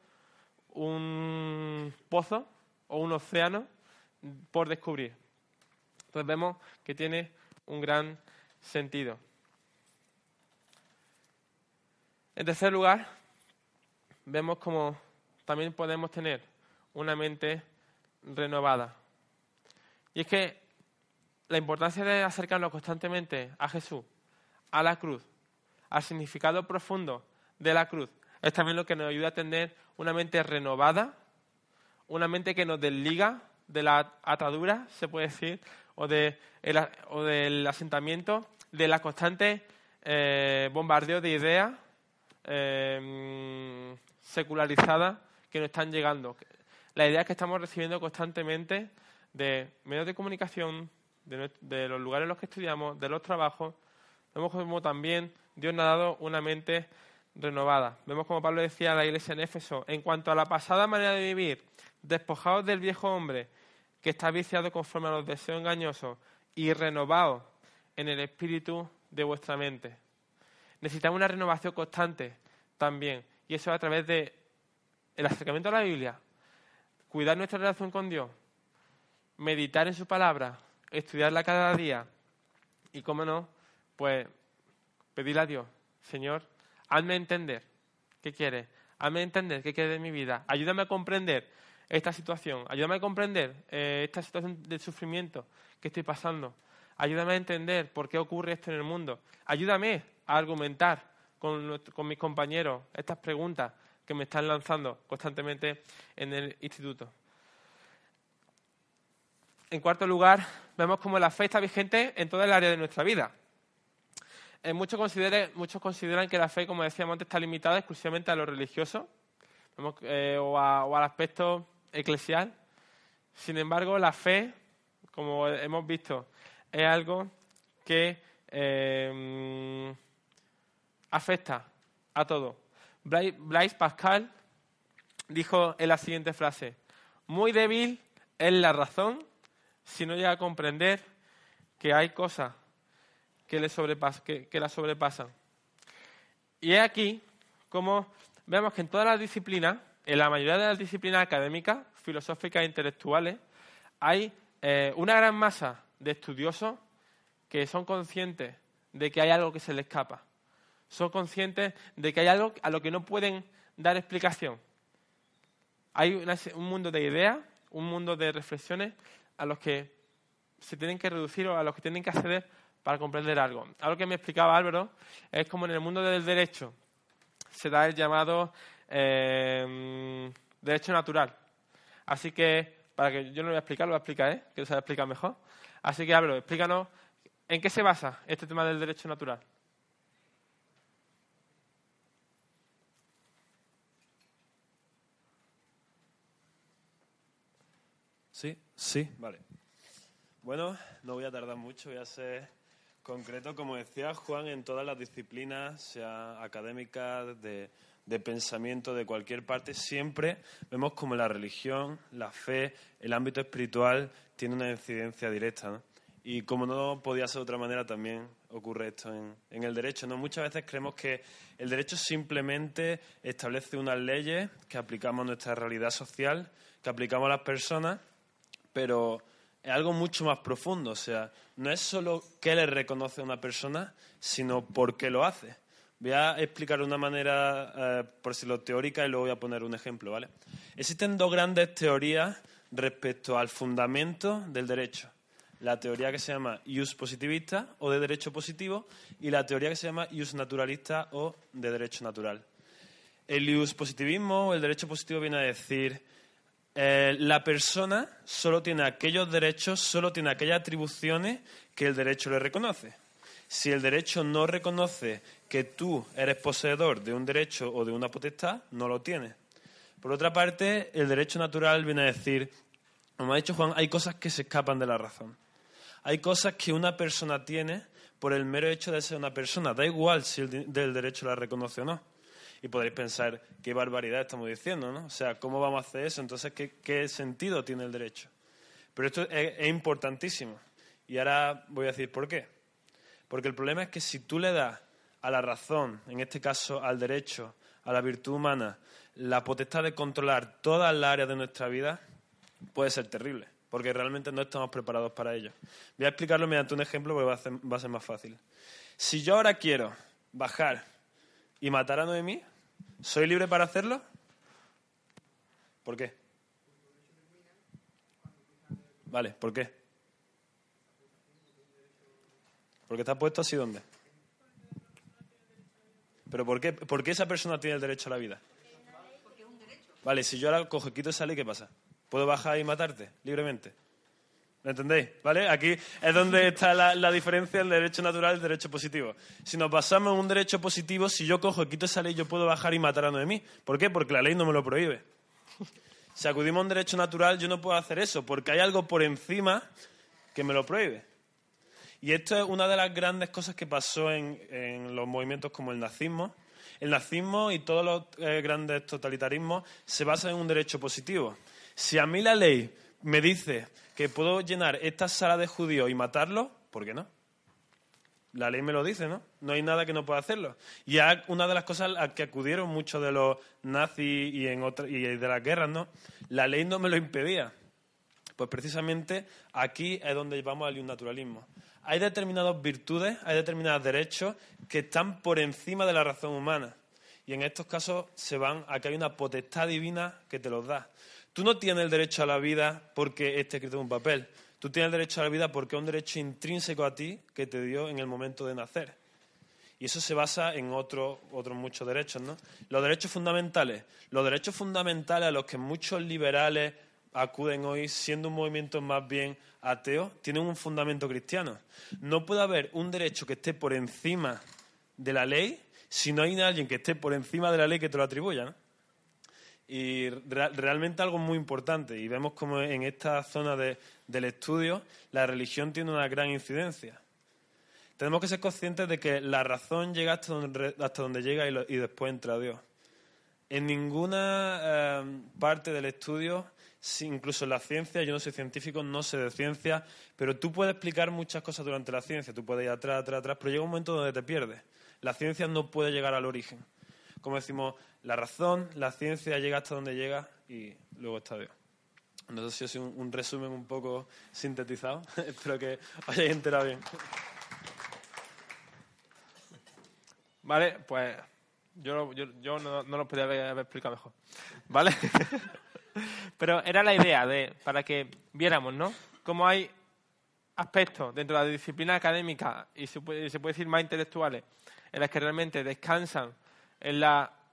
un pozo o un océano por descubrir. Entonces vemos que tiene un gran sentido. En tercer lugar, vemos como también podemos tener una mente renovada. Y es que la importancia de acercarnos constantemente a Jesús, a la cruz, al significado profundo de la cruz, es también lo que nos ayuda a tener una mente renovada, una mente que nos desliga de la atadura, se puede decir, o del asentamiento, de la constante bombardeo de ideas secularizadas que nos están llegando. Las ideas que estamos recibiendo constantemente de medios de comunicación, de los lugares en los que estudiamos, de los trabajos. Vemos como también Dios nos ha dado una mente renovada. Vemos como Pablo decía a la iglesia en Éfeso, en cuanto a la pasada manera de vivir, despojados del viejo hombre que está viciado conforme a los deseos engañosos y renovados en el espíritu de vuestra mente. Necesitamos una renovación constante también, y eso a través de el acercamiento a la Biblia, cuidar nuestra relación con Dios, meditar en su palabra, estudiarla cada día y, cómo no, pues pedirle a Dios, Señor, hazme entender qué quieres, hazme entender qué quieres de mi vida, ayúdame a comprender esta situación, ayúdame a comprender esta situación de sufrimiento que estoy pasando, ayúdame a entender por qué ocurre esto en el mundo, ayúdame a argumentar con mis compañeros estas preguntas que me están lanzando constantemente en el instituto. En cuarto lugar, vemos cómo la fe está vigente en toda el área de nuestra vida. Muchos consideran que la fe, como decíamos antes, está limitada exclusivamente a lo religioso o al aspecto eclesial. Sin embargo, la fe, como hemos visto, es algo que afecta a todo. Blaise Pascal dijo en la siguiente frase: muy débil es la razón si no llega a comprender que hay cosas que la sobrepasan. Y es aquí como vemos que en todas las disciplinas, en la mayoría de las disciplinas académicas, filosóficas e intelectuales, hay una gran masa de estudiosos que son conscientes de que hay algo que se les escapa. Son conscientes de que hay algo a lo que no pueden dar explicación. Hay un mundo de ideas, un mundo de reflexiones a los que se tienen que reducir o a los que tienen que acceder para comprender algo. Algo que me explicaba Álvaro es como en el mundo del derecho se da el llamado derecho natural. Así que, para que yo no lo voy a explicar, lo voy a explicar, que se lo explica mejor. Así que Álvaro, explícanos en qué se basa este tema del derecho natural. Sí, vale. Bueno, no voy a tardar mucho, voy a ser concreto. Como decía Juan, en todas las disciplinas, sea académicas, de pensamiento, de cualquier parte, siempre vemos como la religión, la fe, el ámbito espiritual tiene una incidencia directa, ¿no? Y como no podía ser de otra manera, también ocurre esto en el derecho, ¿no? Muchas veces creemos que el derecho simplemente establece unas leyes que aplicamos a nuestra realidad social, que aplicamos a las personas, pero es algo mucho más profundo. O sea, no es solo qué le reconoce a una persona, sino por qué lo hace. Voy a explicar de una manera, por decirlo, teórica, y luego voy a poner un ejemplo, ¿vale? Existen dos grandes teorías respecto al fundamento del derecho. La teoría que se llama ius positivista o de derecho positivo y la teoría que se llama ius naturalista o de derecho natural. El ius positivismo o el derecho positivo viene a decir la persona solo tiene aquellos derechos, solo tiene aquellas atribuciones que el derecho le reconoce. Si el derecho no reconoce que tú eres poseedor de un derecho o de una potestad, no lo tienes. Por otra parte, el derecho natural viene a decir, como ha dicho Juan, hay cosas que se escapan de la razón. Hay cosas que una persona tiene por el mero hecho de ser una persona. Da igual si el derecho la reconoce o no. Y podréis pensar, qué barbaridad estamos diciendo, ¿no? O sea, ¿cómo vamos a hacer eso? Entonces, ¿qué sentido tiene el derecho? Pero esto es importantísimo. Y ahora voy a decir por qué. Porque el problema es que si tú le das a la razón, en este caso al derecho, a la virtud humana, la potestad de controlar todas las áreas de nuestra vida, puede ser terrible. Porque realmente no estamos preparados para ello. Voy a explicarlo mediante un ejemplo porque va a ser más fácil. Si yo ahora quiero bajar y matar a Noemí, ¿soy libre para hacerlo? ¿Por qué? Vale, ¿por qué? Porque está puesto así, ¿dónde? ¿Pero por qué esa persona tiene el derecho a la vida? Vale, si yo ahora cojo y quito esa ley, ¿qué pasa? ¿Puedo bajar y matarte libremente? ¿Me entendéis? ¿Vale? Aquí es donde está la diferencia del derecho natural y el derecho positivo. Si nos basamos en un derecho positivo, si yo cojo y quito esa ley, yo puedo bajar y matar a Noemí. ¿Por qué? Porque la ley no me lo prohíbe. Si acudimos a un derecho natural, yo no puedo hacer eso, porque hay algo por encima que me lo prohíbe. Y esto es una de las grandes cosas que pasó en los movimientos como el nazismo. El nazismo y todos los grandes totalitarismos se basan en un derecho positivo. Si a mí la ley me dice que puedo llenar esta sala de judíos y matarlos, ¿por qué no? La ley me lo dice, ¿no? No hay nada que no pueda hacerlo. Y es una de las cosas a que acudieron muchos de los nazis y de las guerras, ¿no? La ley no me lo impedía. Pues precisamente aquí es donde vamos al naturalismo. Hay determinadas virtudes, hay determinados derechos que están por encima de la razón humana. Y en estos casos se van a que hay una potestad divina que te los da. Tú no tienes el derecho a la vida porque esté escrito en un papel. Tú tienes el derecho a la vida porque es un derecho intrínseco a ti que te dio en el momento de nacer. Y eso se basa en otros muchos derechos, ¿no? Los derechos fundamentales. Los derechos fundamentales a los que muchos liberales acuden hoy, siendo un movimiento más bien ateo, tienen un fundamento cristiano. No puede haber un derecho que esté por encima de la ley si no hay alguien que esté por encima de la ley que te lo atribuya, ¿no? Y realmente algo muy importante, y vemos como en esta zona del estudio la religión tiene una gran incidencia. Tenemos que ser conscientes de que la razón llega hasta donde llega y después entra Dios. En ninguna parte del estudio, incluso en la ciencia, yo no soy científico, no sé de ciencia, pero tú puedes explicar muchas cosas durante la ciencia, tú puedes ir atrás, pero llega un momento donde te pierdes. La ciencia no puede llegar al origen. Como decimos, la razón, la ciencia llega hasta donde llega y luego está Dios. No sé si es un resumen un poco sintetizado. Espero que os hayáis enterado bien. Vale, pues yo no lo podía haber explicado mejor. ¿Vale? Pero era la idea para que viéramos, ¿no? Cómo hay aspectos dentro de la disciplina académica y se puede decir más intelectuales en las que realmente descansan en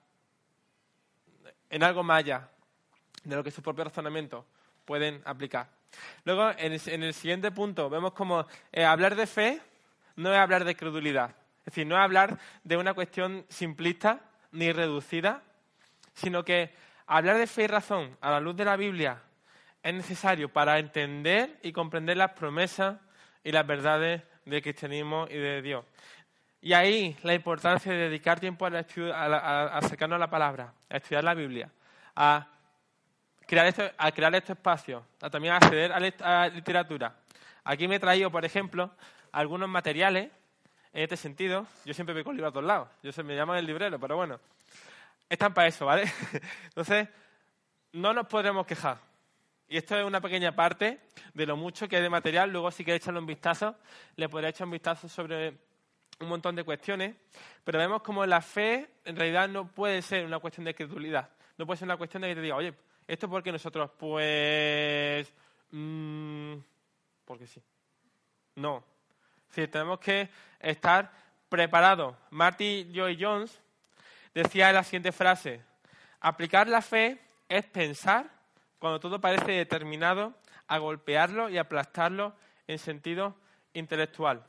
algo más allá de lo que sus propios razonamientos pueden aplicar. Luego, en el siguiente punto, vemos como hablar de fe no es hablar de credulidad. Es decir, no es hablar de una cuestión simplista ni reducida, sino que hablar de fe y razón a la luz de la Biblia es necesario para entender y comprender las promesas y las verdades del cristianismo y de Dios. Y ahí la importancia de dedicar tiempo a acercarnos a la palabra, a estudiar la Biblia, a crear estos espacios, a también acceder a literatura, Aquí me he traído, por ejemplo, algunos materiales en este sentido. Yo siempre voy con libros a todos lados. Me llaman el librero, pero bueno. Están para eso, ¿vale? Entonces, no nos podremos quejar. Y esto es una pequeña parte de lo mucho que hay de material. Luego, si queréis echarle un vistazo, le podré echar un vistazo sobre un montón de cuestiones. Pero vemos como la fe, en realidad, no puede ser una cuestión de credulidad. No puede ser una cuestión de que te diga, oye, ¿esto por qué nosotros? Pues... porque sí. No. Es decir, tenemos que estar preparados. Marty Lloyd-Jones decía la siguiente frase: aplicar la fe es pensar cuando todo parece determinado a golpearlo y aplastarlo en sentido intelectual.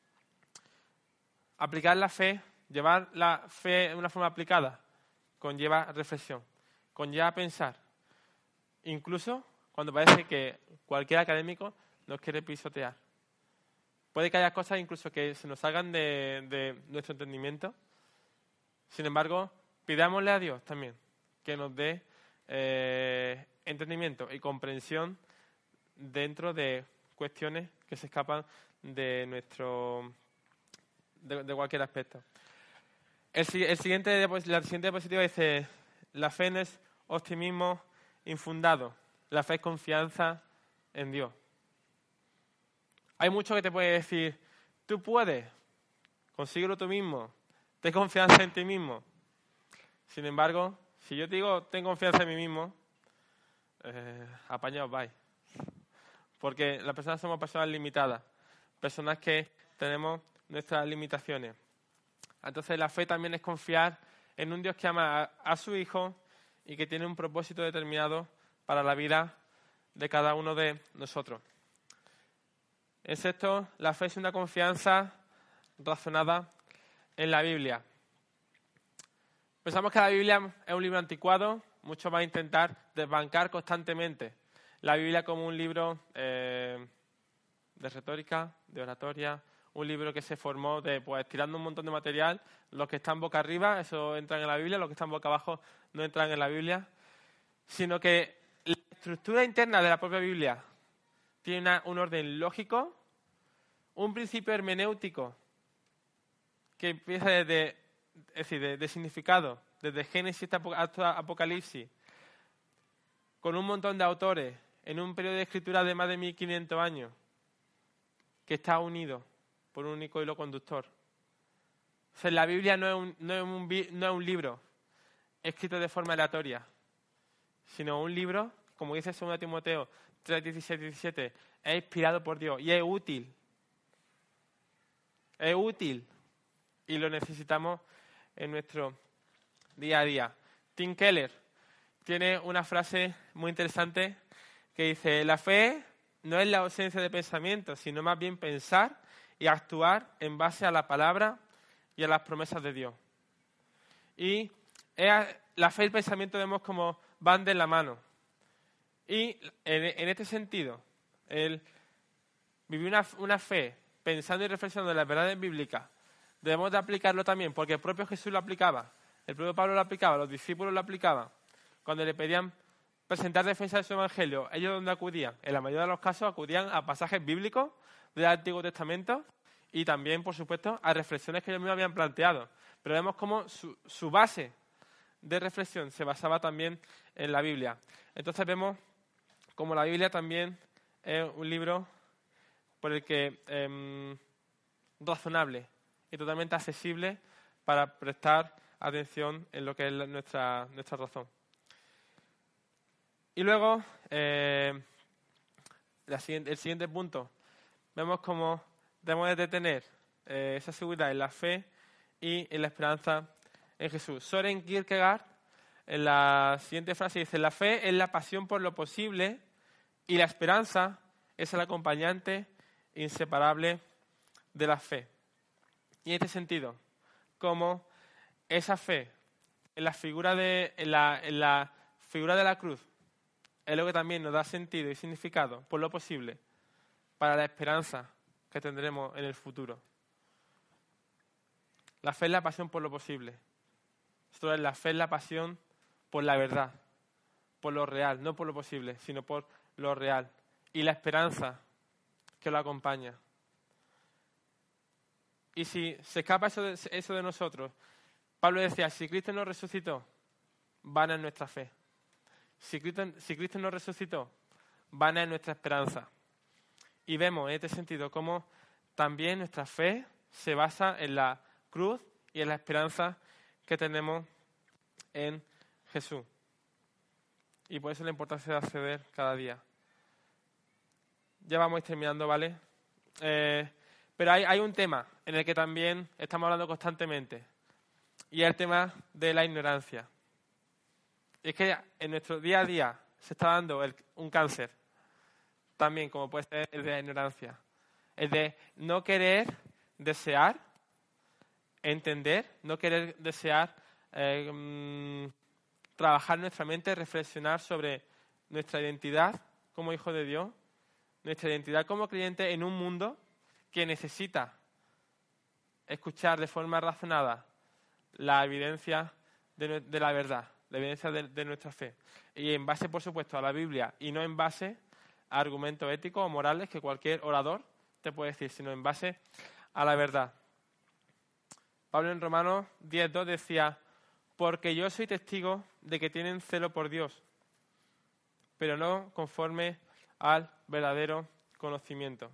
Aplicar la fe, llevar la fe de una forma aplicada, conlleva reflexión, conlleva pensar. Incluso cuando parece que cualquier académico nos quiere pisotear. Puede que haya cosas incluso que se nos salgan de nuestro entendimiento. Sin embargo, pidámosle a Dios también que nos dé entendimiento y comprensión dentro de cuestiones que se escapan de de cualquier aspecto. La siguiente diapositiva dice: la fe no es optimismo infundado, la fe es confianza en Dios. Hay mucho que te puede decir, tú puedes, consíguelo tú mismo, ten confianza en ti mismo. Sin embargo, si yo te digo, ten confianza en mí mismo, apañaos vais. Porque las personas somos personas limitadas, personas que tenemos nuestras limitaciones. Entonces la fe también es confiar en un Dios que ama a su Hijo y que tiene un propósito determinado para la vida de cada uno de nosotros. En sexto, la fe es una confianza razonada en la Biblia. Pensamos que la Biblia es un libro anticuado, muchos van a intentar desbancar constantemente la Biblia como un libro de retórica, de oratoria, un libro que se formó tirando un montón de material. Los que están boca arriba, eso entran en la Biblia, los que están boca abajo no entran en la Biblia, sino que la estructura interna de la propia Biblia tiene un orden lógico, un principio hermenéutico que empieza de significado, desde Génesis hasta Apocalipsis, con un montón de autores, en un periodo de escritura de más de 1500 años, que está unido por un único hilo conductor. O sea, la Biblia no es un libro escrito de forma aleatoria, sino un libro, como dice 2 Timoteo 3, 16, 17, es inspirado por Dios y es útil. Es útil y lo necesitamos en nuestro día a día. Tim Keller tiene una frase muy interesante que dice: la fe no es la ausencia de pensamiento, sino más bien pensar y actuar en base a la palabra y a las promesas de Dios. Y la fe y el pensamiento vemos como van de la mano. Y en este sentido, el vivir una fe pensando y reflexionando en las verdades bíblicas, debemos de aplicarlo también, porque el propio Jesús lo aplicaba, el propio Pablo lo aplicaba, los discípulos lo aplicaban. Cuando le pedían presentar defensa de su evangelio, ¿ellos dónde acudían? En la mayoría de los casos acudían a pasajes bíblicos del Antiguo Testamento y también, por supuesto, a reflexiones que ellos mismos habían planteado. Pero vemos cómo su base de reflexión se basaba también en la Biblia. Entonces vemos cómo la Biblia también es un libro por el que razonable y totalmente accesible para prestar atención en lo que es nuestra razón. Y luego, el siguiente punto, vemos cómo debemos de tener esa seguridad en la fe y en la esperanza en Jesús. Søren Kierkegaard, en la siguiente frase, dice: la fe es la pasión por lo posible y la esperanza es el acompañante inseparable de la fe. Y en este sentido, como esa fe en la figura de la cruz es lo que también nos da sentido y significado, por lo posible, para la esperanza que tendremos en el futuro. La fe es la pasión por lo posible. Esto es, la fe es la pasión por la verdad, por lo real, no por lo posible, sino por lo real. Y la esperanza que lo acompaña. Y si se escapa eso de nosotros, Pablo decía, si Cristo no resucitó, vana es nuestra fe. Si Cristo no resucitó, vana es nuestra esperanza. Y vemos en este sentido cómo también nuestra fe se basa en la cruz y en la esperanza que tenemos en Jesús. Y por eso la importancia de acceder cada día. Ya vamos a ir terminando, ¿vale? Pero hay un tema en el que también estamos hablando constantemente. Y es el tema de la ignorancia. Y es que en nuestro día a día se está dando un cáncer. También, como puede ser el de la ignorancia. El de no querer desear, entender, no querer desear trabajar nuestra mente, reflexionar sobre nuestra identidad como hijo de Dios, nuestra identidad como creyente en un mundo que necesita escuchar de forma razonada la evidencia de la verdad, la evidencia de nuestra fe. Y en base, por supuesto, a la Biblia y no en base a argumentos éticos o morales que cualquier orador te puede decir, sino en base a la verdad. Pablo en Romanos 10:2 decía, porque yo soy testigo de que tienen celo por Dios, pero no conforme al verdadero conocimiento.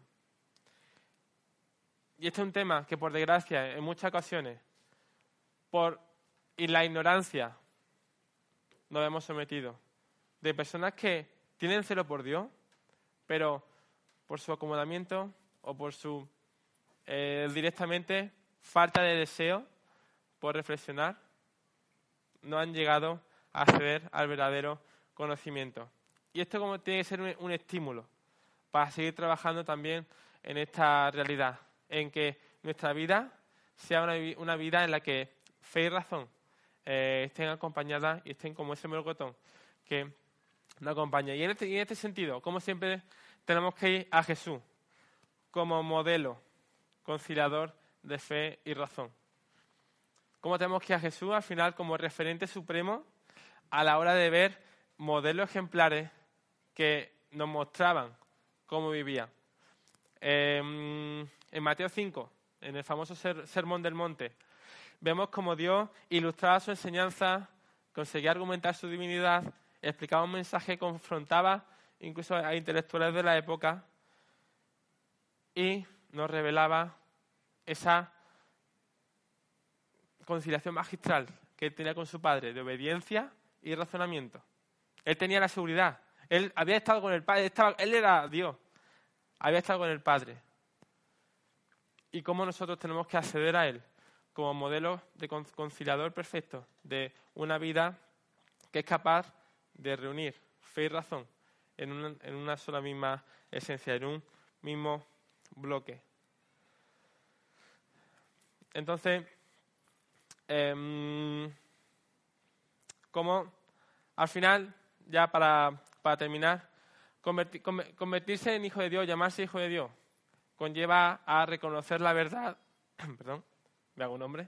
Y este es un tema que, por desgracia, en muchas ocasiones, por la ignorancia, nos hemos sometido. De personas que tienen celo por Dios, pero por su acomodamiento o por su directamente falta de deseo por reflexionar, no han llegado a acceder al verdadero conocimiento. Y esto como tiene que ser un estímulo para seguir trabajando también en esta realidad, en que nuestra vida sea una vida en la que fe y razón estén acompañadas y estén como ese melocotón que nos acompaña. Y en este sentido, como siempre, tenemos que ir a Jesús como modelo conciliador de fe y razón. ¿Cómo tenemos que ir a Jesús al final como referente supremo a la hora de ver modelos ejemplares que nos mostraban cómo vivía? En Mateo 5, en el famoso Sermón del Monte, vemos cómo Dios ilustraba su enseñanza, conseguía argumentar su divinidad, explicaba un mensaje, confrontaba incluso a intelectuales de la época y nos revelaba esa conciliación magistral que él tenía con su padre, de obediencia y razonamiento. Él tenía la seguridad. Él había estado con el Padre, él era Dios. Había estado con el Padre. Y cómo nosotros tenemos que acceder a Él como modelo de conciliador perfecto, de una vida que es capaz de reunir fe y razón en una sola misma esencia, en un mismo bloque. Entonces, como al final, ya para terminar, convertirse en hijo de Dios, llamarse hijo de Dios, conlleva a reconocer la verdad. Perdón, me hago un nombre.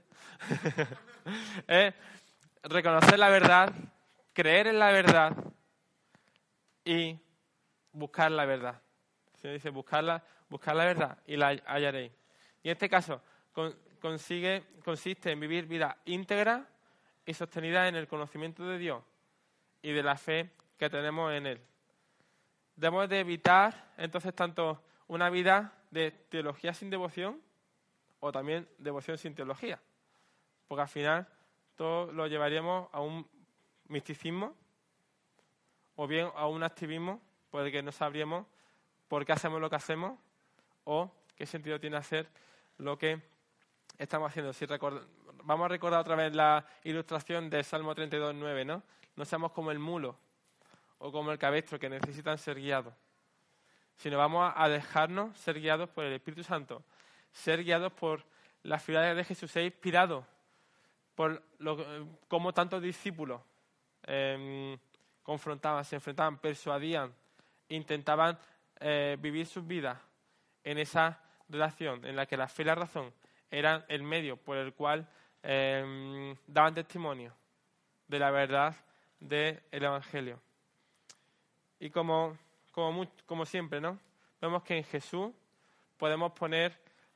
Reconocer la verdad, creer en la verdad y buscar la verdad. Se dice buscar la verdad y la hallaréis. Y en este caso consiste en vivir vida íntegra y sostenida en el conocimiento de Dios y de la fe que tenemos en Él. Debemos de evitar entonces tanto una vida de teología sin devoción o también devoción sin teología, porque al final todo lo llevaríamos a un misticismo o bien a un activismo por el que no sabríamos por qué hacemos lo que hacemos o qué sentido tiene hacer lo que estamos haciendo. Vamos a recordar otra vez la ilustración del Salmo 32:9, ¿no? No seamos como el mulo o como el cabestro que necesitan ser guiados, sino vamos a dejarnos ser guiados por el Espíritu Santo, ser guiados por la figura de Jesús, ser inspirados por cómo tantos discípulos confrontaban, se enfrentaban, persuadían, intentaban vivir sus vidas en esa relación en la que la fe y la razón eran el medio por el cual daban testimonio de la verdad del Evangelio. Y como siempre, ¿no? Vemos que en Jesús podemos poner,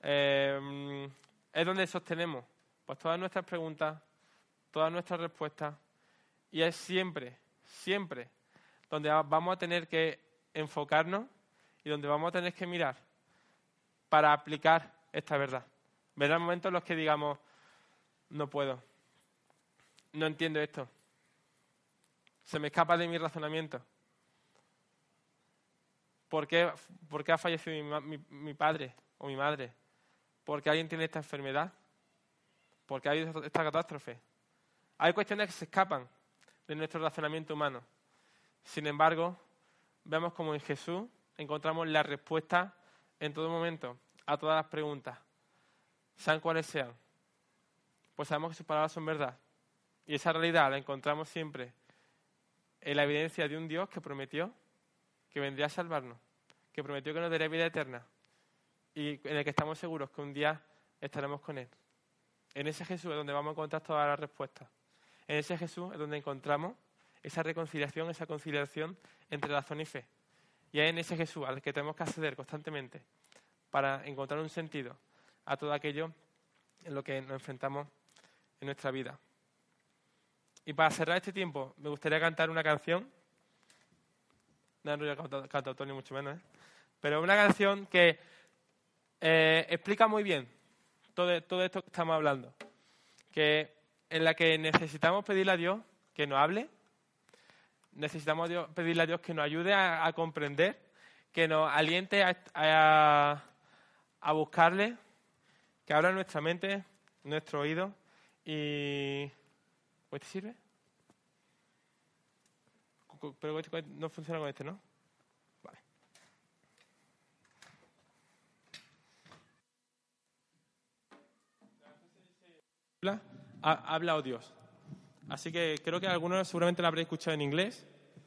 es donde sostenemos pues todas nuestras preguntas, todas nuestras respuestas, y es siempre, siempre donde vamos a tener que enfocarnos y donde vamos a tener que mirar para aplicar esta verdad. Verán momentos en los que digamos, no puedo, no entiendo esto, se me escapa de mi razonamiento. ¿Por qué ha fallecido mi padre o mi madre? ¿Por qué alguien tiene esta enfermedad? ¿Por qué ha habido esta catástrofe? Hay cuestiones que se escapan de nuestro razonamiento humano. Sin embargo, vemos como en Jesús encontramos la respuesta en todo momento a todas las preguntas, sean cuales sean. Pues sabemos que sus palabras son verdad. Y esa realidad la encontramos siempre en la evidencia de un Dios que prometió que vendría a salvarnos, que prometió que nos daría vida eterna y en el que estamos seguros que un día estaremos con Él. En ese Jesús es donde vamos a encontrar todas las respuestas. En ese Jesús es donde encontramos esa reconciliación, esa conciliación entre razón y fe. Y es en ese Jesús al que tenemos que acceder constantemente para encontrar un sentido a todo aquello en lo que nos enfrentamos en nuestra vida. Y para cerrar este tiempo, me gustaría cantar una canción. No soy cantautor ni mucho menos, pero una canción que explica muy bien todo esto que estamos hablando, en la que necesitamos pedirle a Dios que nos hable, necesitamos pedirle a Dios que nos ayude a comprender, que nos aliente a buscarle, que abra nuestra mente, nuestro oído y... ¿Pues te sirve? Pero no funciona con este, ¿no? Vale. Habla o Dios. Así que creo que algunos seguramente lo habréis escuchado en inglés.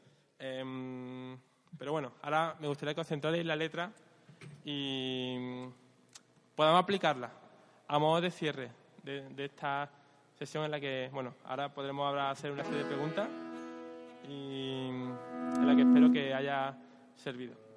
Pero bueno, ahora me gustaría concentraros en la letra y podamos aplicarla a modo de cierre de esta sesión en la que, bueno, ahora podremos hacer una serie de preguntas y en la que espero que haya servido.